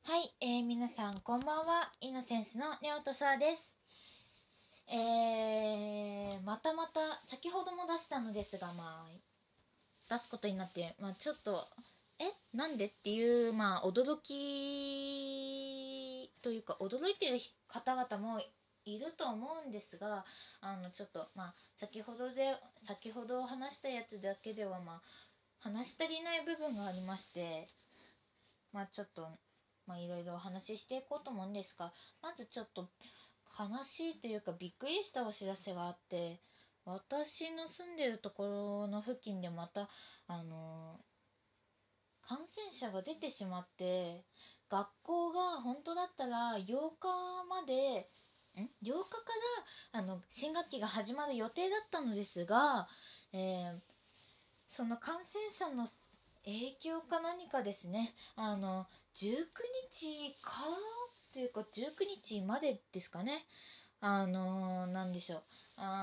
はい、皆さんこんばんは。イノセンスのネオとソラです。また先ほども出したのですが、出すことになって、ちょっと、なんでっていう、驚きというか、驚いてる方々もいると思うんですが、ちょっと、先ほど話したやつだけでは、話し足りない部分がありまして、ちょっと、いろいろお話ししていこうと思うんですが、まずちょっと悲しいというかびっくりしたお知らせがあって、私の住んでるところの付近でまた、感染者が出てしまって、学校が本当だったら8日まで、8日から新学期が始まる予定だったのですが、その感染者の影響か何かですね、19日からというか19日までですかね、なんでしょう、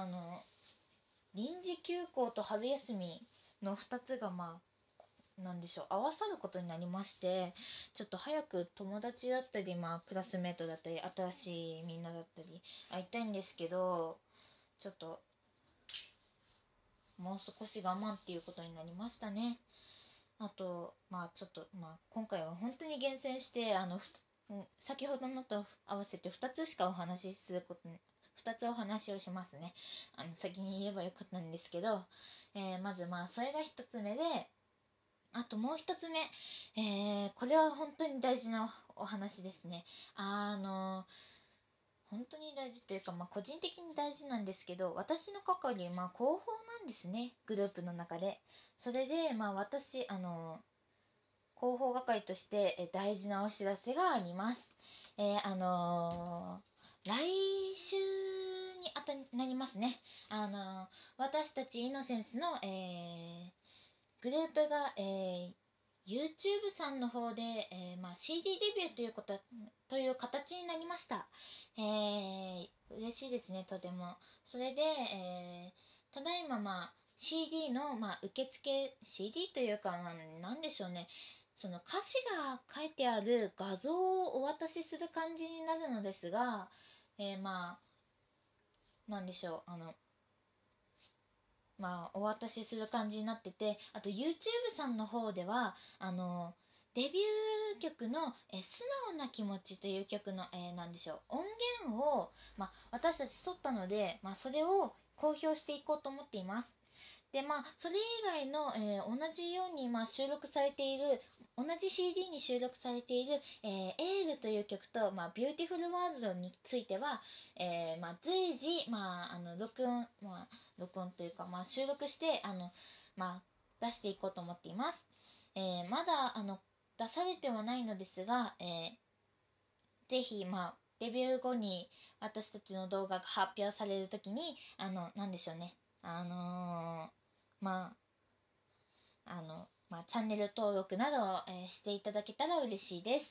臨時休校と春休みの2つがなんでしょう、合わさることになりまして、ちょっと早く友達だったり、クラスメートだったり、新しいみんなだったり、会いたいんですけど、ちょっと、もう少し我慢っていうことになりましたね。あと、ちょっと、今回は本当に厳選して、先ほどのと合わせて2つしかお話しすることに、2つお話をしますね。先に言えばよかったんですけど、まずそれが1つ目で、あともう1つ目、これは本当に大事なお話ですね。本当に大事というか、個人的に大事なんですけど、私の係、広報なんですね、グループの中で。それで、私、広報係として、大事なお知らせがあります。来週になりますね。私たちイノセンスの、グループが、YouTube さんの方で、CD デビューという形になりました。嬉しいですね、とても。それで、ただいま、CD の、受付 CD というか、なんでしょうね、その歌詞が書いてある画像をお渡しする感じになるのですが、なんでしょう、お渡しする感じになってて、あと YouTube さんの方ではデビュー曲の素直な気持ちという曲の、なんでしょう、音源を、私たち撮ったので、それを公表していこうと思っています。で、それ以外の、同じように、収録されている、同じ CD に収録されている、エールという曲と、ビューティフルワールドについては、随時、録音というか、収録して、出していこうと思っています。まだ、出されてはないのですが、ぜひ、デビュー後に私たちの動画が発表されるときに、なんでしょうね。まチャンネル登録などを、していただけたら嬉しいです。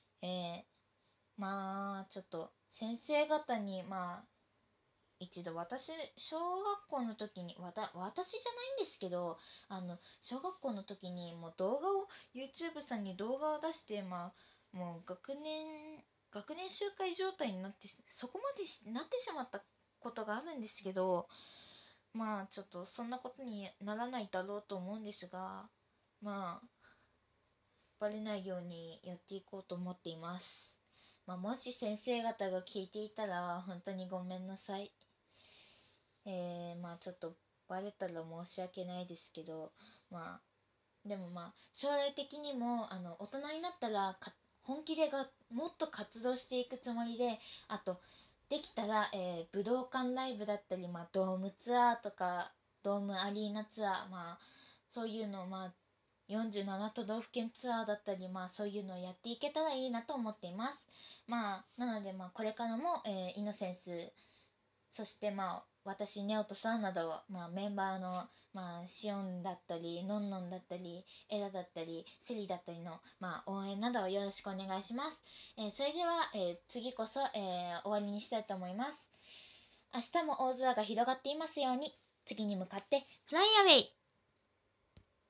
ちょっと、先生方に、一度小学校の時に、私じゃないんですけど、小学校の時にもうYouTube さんに動画を出して、もう学年集会状態になって、そこまでなってしまったことがあるんですけど、ちょっとそんなことにならないだろうと思うんですが、まあ、バレないようにやっていこうと思っています。もし先生方が聞いていたら、本当にごめんなさい。ちょっとバレたら申し訳ないですけど、でも将来的にも、大人になったら本気でもっと活動していくつもりで、あと、できたら、武道館ライブだったり、ドームツアーとか、ドームアリーナツアー、そういうのを、47都道府県ツアーだったり、そういうのをやっていけたらいいなと思っています。なので、これからも、イノセンス、そして私ネオとサンなど、メンバーの、シオンだったりノンノンだったりエラだったりセリだったりの、応援などをよろしくお願いします。それでは、次こそ、終わりにしたいと思います。明日も大空が広がっていますように。次に向かってフライアウェイ。